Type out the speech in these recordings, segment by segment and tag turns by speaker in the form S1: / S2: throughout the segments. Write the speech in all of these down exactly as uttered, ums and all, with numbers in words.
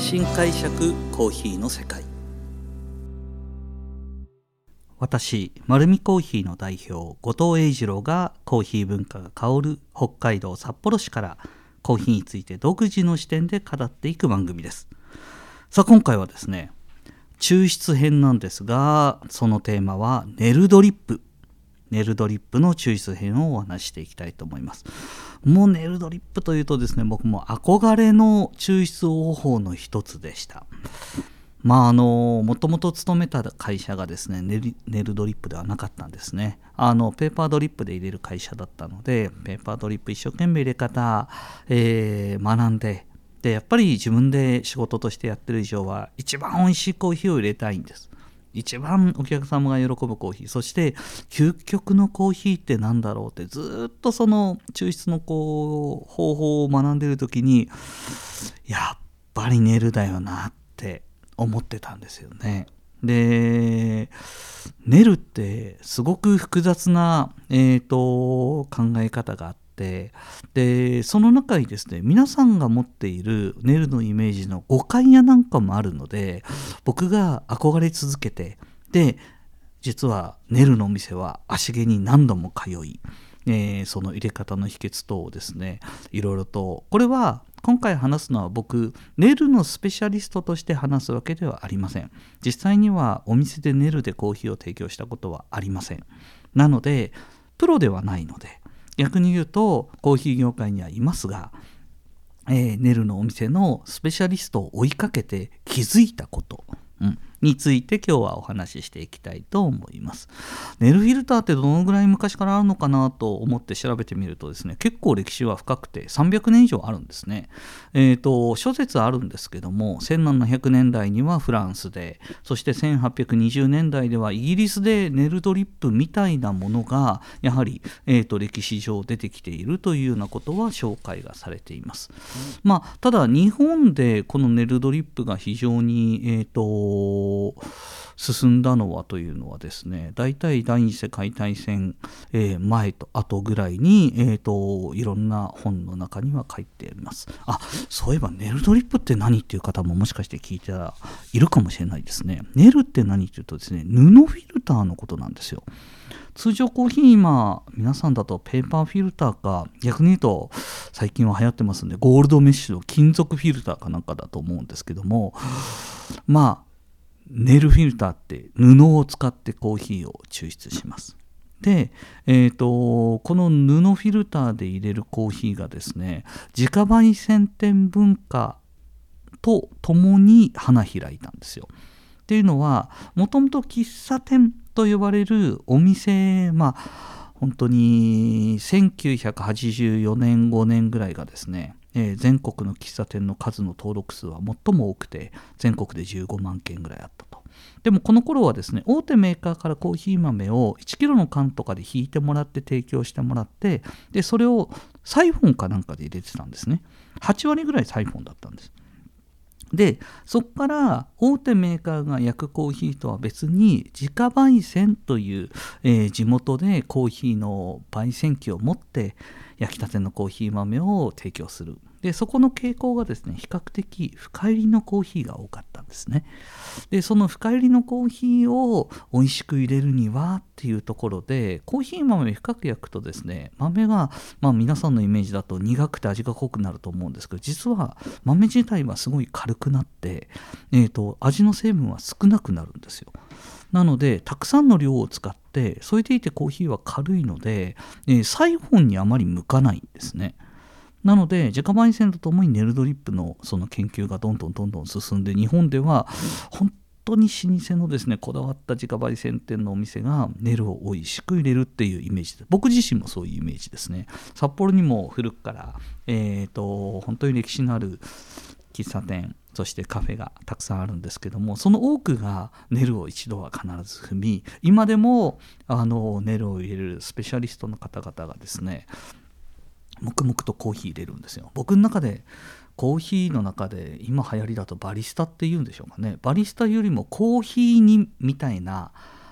S1: 新解釈コーヒーの世界。私丸るコーヒーの代表後藤英二郎がコーヒー文化が香る北海道札幌市からコーヒーについて独自の視点で語っていく番組です。さあ今回はですね、抽出編なんですが、そのテーマはネルドリップネルドリップの抽出編をお話ししていきたいと思います。もうネルドリップというとですね、僕も憧れの抽出方法の一つでした。まああのもともと勤めた会社がですねネル、ネルドリップではなかったんですね。あのペーパードリップで入れる会社だったので、ペーパードリップ一生懸命入れ方、えー、学んで、でやっぱり自分で仕事としてやってる以上は一番美味しいコーヒーを入れたいんです。一番お客様が喜ぶコーヒー、そして究極のコーヒーってなんだろうってずっとその抽出のこう方法を学んでる時に、やっぱりネルだよなって思ってたんですよね。でネルってすごく複雑な、えーと、考え方があって、でその中にですね、皆さんが持っているネルのイメージの誤解やなんかもあるので、僕が憧れ続けて、で実はネルのお店は足毛に何度も通い、えー、その入れ方の秘訣等をですね、いろいろと、これは今回話すのは僕ネルのスペシャリストとして話すわけではありません。実際にはお店でネルでコーヒーを提供したことはありません。なのでプロではないので、逆に言うとコーヒー業界にはいますが、えー、ネルのお店のスペシャリストを追いかけて気づいたこと、うんについて今日はお話ししていきたいと思います。ネルフィルターってどのぐらい昔からあるのかなと思って調べてみるとですね、結構歴史は深くてさんびゃくねん以上あるんですね。えーと、諸説あるんですけども、せんななひゃくねんだいにはフランスで、そしてせんはっぴゃくにじゅうねんだいではイギリスでネルドリップみたいなものがやはり、えーと、歴史上出てきているというようなことは紹介がされています。まあ、ただ日本でこのネルドリップが非常に、えーと進んだのはというのはですね、大体第二次世界大戦、えー、前と後ぐらいに、えーと、いろんな本の中には書いてあります。あ、そういえばネルドリップって何っていう方ももしかして聞いてたらいるかもしれないですね。ネルって何っていうとですね、布フィルターのことなんですよ。通常コーヒー今皆さんだとペーパーフィルターか、逆に言うと最近は流行ってますんでゴールドメッシュの金属フィルターかなんかだと思うんですけども、まあネルフィルターって布を使ってコーヒーを抽出します。で、えーと、この布フィルターで入れるコーヒーがですね、自家焙煎店文化とともに花開いたんですよ。っていうのは、もともと喫茶店と呼ばれるお店、まあ本当にせんきゅうひゃくはちじゅうよねんごねんぐらいがですね、えー、全国の喫茶店の数の登録数は最も多くて、全国でじゅうごまんけんぐらいあったと。でもこの頃はですね、大手メーカーからコーヒー豆をいちキロの缶とかで引いてもらって提供してもらって、でそれをサイフォンかなんかで入れてたんですね。はちわりぐらいサイフォンだったんです。でそこから大手メーカーが焼くコーヒーとは別に自家焙煎という、えー、地元でコーヒーの焙煎機を持って焼きたてのコーヒー豆を提供する。でそこの傾向がですね、比較的深入りのコーヒーが多かったんですね。でその深入りのコーヒーを美味しく入れるにはっていうところで、コーヒー豆を深く焼くとですね、豆が、まあ、皆さんのイメージだと苦くて味が濃くなると思うんですけど、実は豆自体はすごい軽くなって、えーと、味の成分は少なくなるんですよ。なのでたくさんの量を使って、それでいてコーヒーは軽いので、えー、サイフォンにあまり向かないんですね。なので自家焙煎とともにネルドリップのその研究がどんどんどんどん進んで、日本では本当に老舗のですね、こだわった自家焙煎店のお店がネルを美味しく入れるっていうイメージで、僕自身もそういうイメージですね。札幌にも古くから、えーと本当に歴史のある喫茶店、そしてカフェがたくさんあるんですけども、その多くがネルを一度は必ず踏み、今でもあのネルを入れるスペシャリストの方々がですね、黙々とコーヒー入れるんですよ。僕の中でコーヒーの中で今流行りだとバリスタっていうんでしょうかね。バリスタよりもコーヒーにみたいな、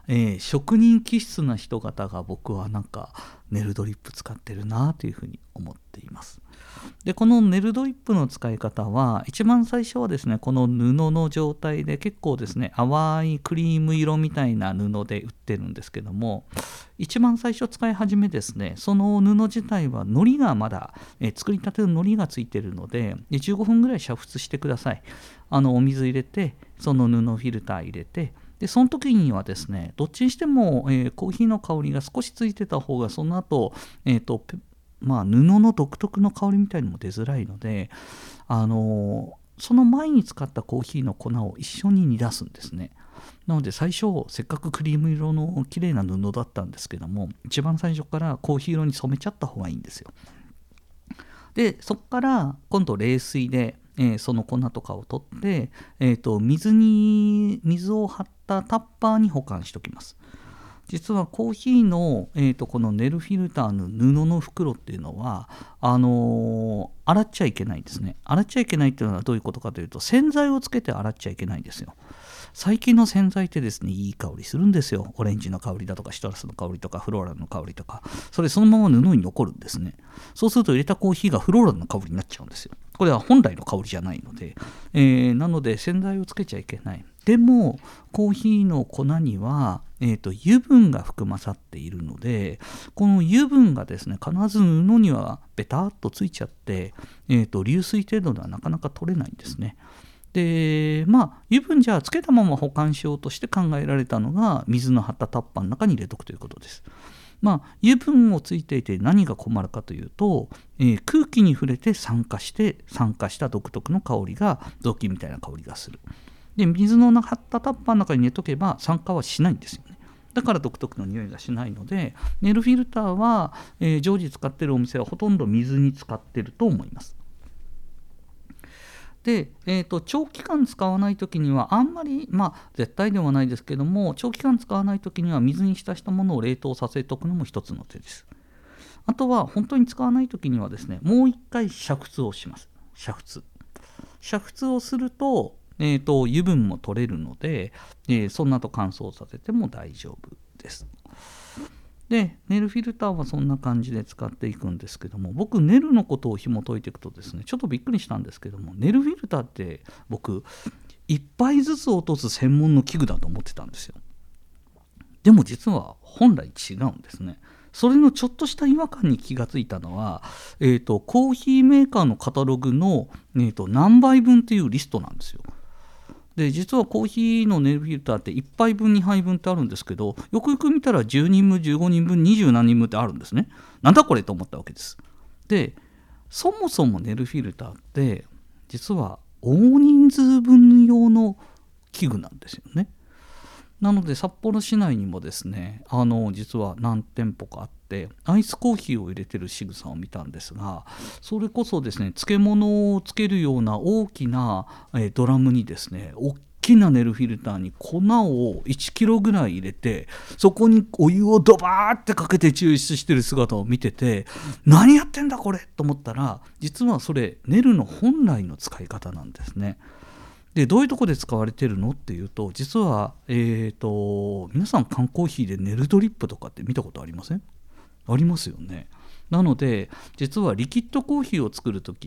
S1: えー職人気質な人方が僕はなんかネルドリップ使ってるなというふうに思っています。でこのネルドリップの使い方は一番最初はですね、この布の状態で結構ですね淡いクリーム色みたいな布で売ってるんですけども、一番最初使い始めですね、その布自体は糊がまだ、えー作りたての糊がついてるので、でじゅうごふんぐらい煮沸してください。あのお水入れて、その布フィルター入れて、でその時にはですね、どっちにしても、えーコーヒーの香りが少しついてた方がその後、えーとペまあ、布の独特の香りみたいにも出づらいので、あのーその前に使ったコーヒーの粉を一緒に煮出すんですね。なので最初せっかくクリーム色の綺麗な布だったんですけども、一番最初からコーヒー色に染めちゃった方がいいんですよ。でそこから今度冷水で、えーその粉とかを取って、えーと水に水を張ったタッパーに保管しておきます。実はコーヒーの、えーとこのネルフィルターの布の袋っていうのはあのー洗っちゃいけないんですね。洗っちゃいけないっていうのはどういうことかというと、洗剤をつけて洗っちゃいけないんですよ。最近の洗剤ってですね、いい香りするんですよ。オレンジの香りだとかシトラスの香りとかフローラルの香りとか、それそのまま布に残るんですね。そうすると入れたコーヒーがフローラルの香りになっちゃうんですよ。これは本来の香りじゃないので、えーなので洗剤をつけちゃいけない。でもコーヒーの粉には、えーと油分が含まさっているので、この油分がですね必ず布にはベターっとついちゃって、えーと流水程度ではなかなか取れないんですね。でまあ油分じゃあつけたまま保管しようとして考えられたのが、水の張ったタッパーの中に入れとくということです。まあ、油分をついていて何が困るかというと、えー空気に触れて酸化して酸化した独特の香りが、雑巾みたいな香りがする。で水の張ったタッパーの中に入れとけば酸化はしないんですよね。だから独特の匂いがしないので、ネルフィルターは、えー常時使っているお店はほとんど水に使っていると思います。で、えーと長期間使わないときにはあんまり、まあ絶対ではないですけども、長期間使わないときには水に浸したものを冷凍させておくのも一つの手です。あとは本当に使わないときにはですね、もう一回煮沸をします。煮沸煮沸をすると、えーと油分も取れるので、えーその後乾燥させても大丈夫です。でネルフィルターはそんな感じで使っていくんですけども、僕ネルのことを紐解いていくとですね、ちょっとびっくりしたんですけども、ネルフィルターって僕いっぱいずつ落とす専門の器具だと思ってたんですよ。でも実は本来違うんですね。それのちょっとした違和感に気がついたのは、えーとコーヒーメーカーのカタログの、えーと何杯分っていうリストなんですよ。で実はコーヒーのネルフィルターっていっぱいぶんにはいぶんってあるんですけど、よくよく見たらじゅうにんぶんじゅうごにんぶんにじゅうなんにんぶんってあるんですね。なんだこれと思ったわけです。でそもそもネルフィルターって実は大人数分用の器具なんですよね。なので札幌市内にもですね、あの実は何店舗かあってアイスコーヒーを入れてる仕草を見たんですが、それこそですね漬物をつけるような大きな、えードラムにですね、大きなネルフィルターに粉をいちキロぐらい入れて、そこにお湯をドバーってかけて抽出してる姿を見てて、何やってんだこれと思ったら、実はそれネルの本来の使い方なんですね。でどういうとこで使われてるのっていうと、実は、えー、と皆さん缶コーヒーでネルドリップとかって見たことありません？ありますよね。なので実はリキッドコーヒーを作る時って、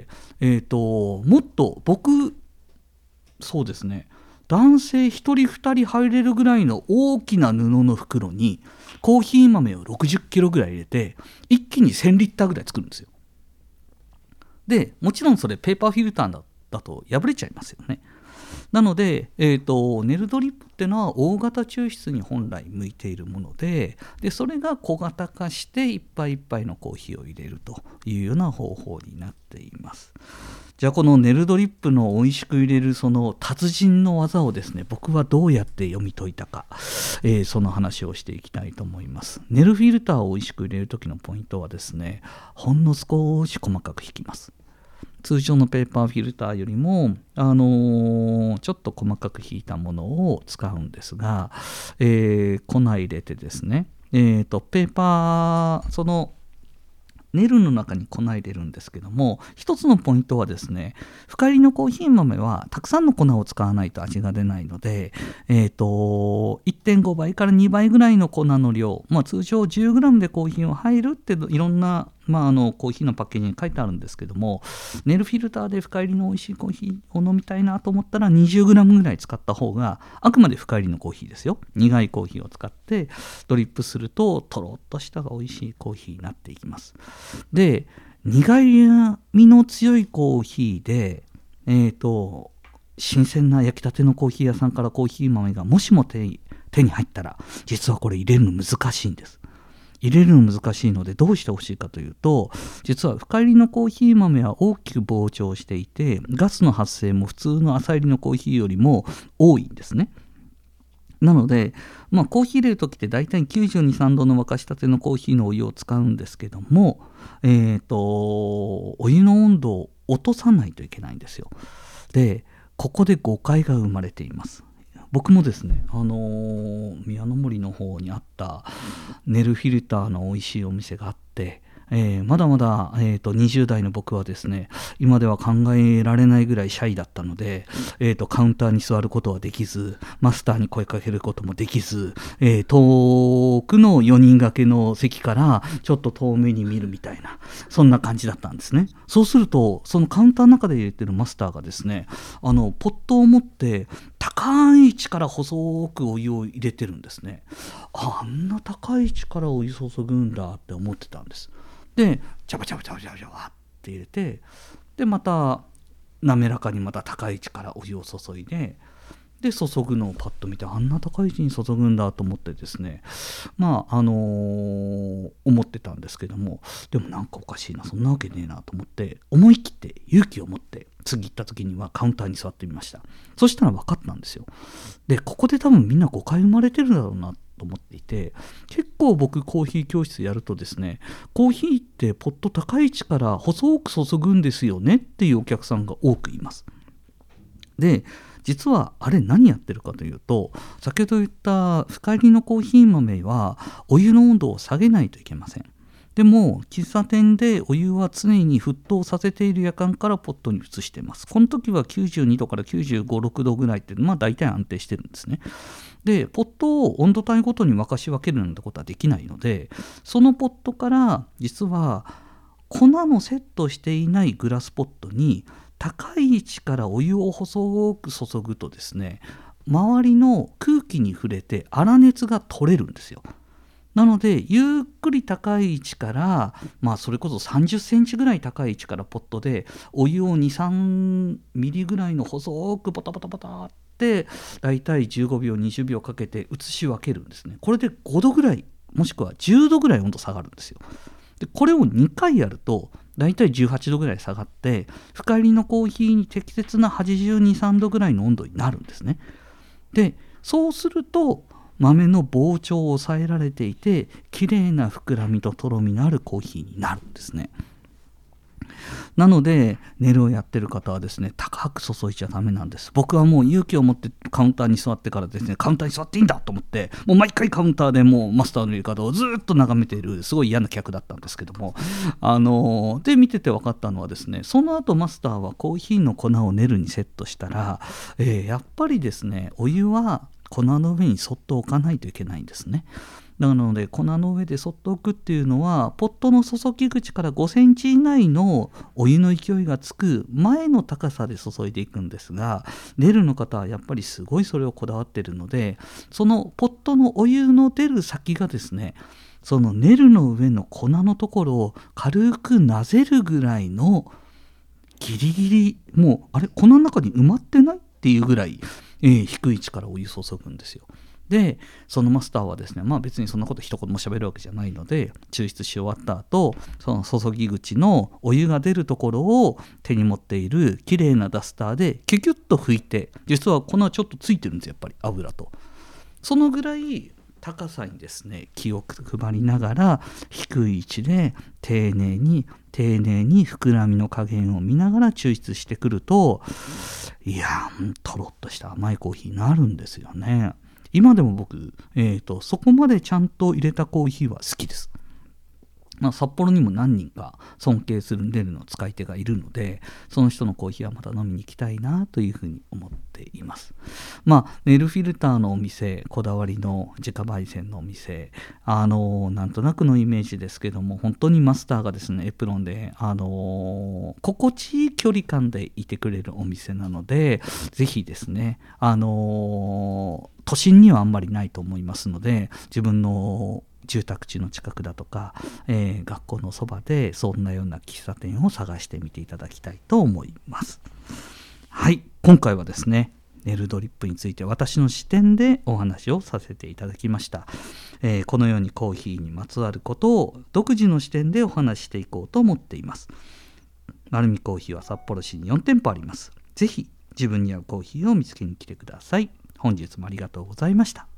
S1: えー、ともっと僕そうですね、男性ひとりふたり入れるぐらいの大きな布の袋にコーヒー豆をろくじゅっキロぐらい入れて一気にせんリッターぐらい作るんですよ。でもちろんそれペーパーフィルターだだと破れちゃいますよね。なので、えーと、ネルドリップっていうのは大型抽出に本来向いているもので、でそれが小型化していっぱいいっぱいのコーヒーを入れるというような方法になっています。じゃあこのネルドリップの美味しく入れるその達人の技をですね、僕はどうやって読み解いたか、えーその話をしていきたいと思います。ネルフィルターを美味しく入れる時のポイントはですね、ほんの少し細かく引きます。通常のペーパーフィルターよりも、あのーちょっと細かく引いたものを使うんですが、えー粉入れてですね、えーとペーパーそのネルの中に粉入れるんですけども、一つのポイントはですね、深入りのコーヒー豆はたくさんの粉を使わないと味が出ないので、えーと いってんご 倍からにばいぐらいの粉の量、まあ、通常 じゅうグラム でコーヒーを入るっていろんな、まあ、あのコーヒーのパッケージに書いてあるんですけども、ネルフィルターで深入りの美味しいコーヒーを飲みたいなと思ったら にじゅうグラム ぐらい使った方が、あくまで深入りのコーヒーですよ、苦いコーヒーを使ってドリップするととろっとしたが美味しいコーヒーになっていきます。で、苦みの強いコーヒーで、えーと新鮮な焼きたてのコーヒー屋さんからコーヒー豆がもしも 手, 手に入ったら、実はこれ入れるの難しいんです。入れるの難しいので、どうしてほしいかというと、実は深入りのコーヒー豆は大きく膨張していて、ガスの発生も普通の浅入りのコーヒーよりも多いんですね。なので、まあ、コーヒー入れるときって大体きゅうじゅうに、さんどの沸かしたてのコーヒーのお湯を使うんですけども、えーとお湯の温度を落とさないといけないんですよ。で、ここで誤解が生まれています。僕もですね、あのー、宮の森の方にあったネルフィルターの美味しいお店があって、えー、まだまだ、えーと、にじゅう代の僕はですね、今では考えられないぐらいシャイだったので、えーと、カウンターに座ることはできず、マスターに声かけることもできず、えー、遠くのよにん掛けの席からちょっと遠目に見るみたいな、そんな感じだったんですね。そうすると、そのカウンターの中で入れてるマスターがですね、あのポットを持って高い位置から細くお湯を入れてるんですね。あ、あんな高い位置からお湯注ぐんだって思ってたんです。で、ジャバジャバジャバジャバジャバって入れて、でまた滑らかにまた高い位置からお湯を注いで、で注ぐのをパッと見て、あんな高い位置に注ぐんだと思ってですね、まああのー、思ってたんですけども、でもなんかおかしいな、そんなわけねえなと思って、思い切って勇気を持って次行った時にはカウンターに座ってみました。そしたら分かったんですよ。で、ここで多分みんな誤解生まれてるだろうなと思っていて、結構僕コーヒー教室やるとですね、コーヒーってポット高い位置から細く注ぐんですよねっていうお客さんが多くいます。で、実はあれ何やってるかというと、先ほど言った深入りのコーヒー豆はお湯の温度を下げないといけません。でも喫茶店でお湯は常に沸騰させているやかんからポットに移しています。この時はきゅうじゅうにどからきゅうじゅうご、ろくどぐらいって、まあ大体安定してるんですね。で、ポットを温度帯ごとに沸かし分けるなんてことはできないので、そのポットから実は粉のセットしていないグラスポットに高い位置からお湯を細く注ぐとですね、周りの空気に触れて粗熱が取れるんですよ。なのでゆっくり高い位置から、まあそれこそさんじゅっセンチぐらい高い位置からポットでお湯をに、さんミリぐらいの細くポタポタポタってだいたいじゅうごびょうにじゅうびょうかけて移し分けるんですね。これでごどぐらいもしくはじゅうどぐらい温度下がるんですよ。でこれをにかいやるとだいたいじゅうはちどぐらい下がって、深入りのコーヒーに適切なはちじゅうに、さんどぐらいの温度になるんですね。でそうすると豆の膨張を抑えられていて、綺麗な膨らみととろみのあるコーヒーになるんですね。なのでネルをやってる方はですね、高く注いじゃダメなんです。僕はもう勇気を持ってカウンターに座ってからですね、カウンターに座っていいんだと思って、もう毎回カウンターでもうマスターの入れ方をずっと眺めているすごい嫌な客だったんですけども、あので見てて分かったのはですね、その後マスターはコーヒーの粉をネルにセットしたら、えー、やっぱりですね、お湯は粉の上にそっと置かないといけないんですね。なので粉の上でそっと置くっていうのは、ポットの注ぎ口からごセンチ以内のお湯の勢いがつく前の高さで注いでいくんですが、ネルの方はやっぱりすごいそれをこだわってるので、そのポットのお湯の出る先がですね、そのネルの上の粉のところを軽くなぜるぐらいのギリギリ、もうあれ粉の中に埋まってないっていうぐらい、えー、低い位置からお湯注ぐんですよ。でそのマスターはですね、まあ別にそんなこと一言も喋るわけじゃないので、抽出し終わった後、その注ぎ口のお湯が出るところを手に持っている綺麗なダスターでキュキュッと拭いて、実は粉はちょっとついてるんですよ、やっぱり油と。そのぐらい高さにですね気を配りながら、低い位置で丁寧に丁寧に膨らみの加減を見ながら抽出してくると、いやーとろっとした甘いコーヒーになるんですよね。今でも僕、えーと、そこまでちゃんと入れたコーヒーは好きです。 まあ、札幌にも何人か尊敬するネルの使い手がいるので、その人のコーヒーはまた飲みに行きたいなというふうに思っています。まあ、ネルフィルターのお店、こだわりの自家焙煎のお店、あのなんとなくのイメージですけども、本当にマスターがですねエプロンで、あの心地いい距離感でいてくれるお店なので、ぜひですね、あの都心にはあんまりないと思いますので、自分の住宅地の近くだとか、えー、学校のそばでそんなような喫茶店を探してみていただきたいと思います。はい、今回はですねネルドリップについて私の視点でお話をさせていただきました。えー、このようにコーヒーにまつわることを独自の視点でお話ししていこうと思っています。丸見コーヒーは札幌市によん店舗あります。ぜひ自分に合うコーヒーを見つけに来てください。本日もありがとうございました。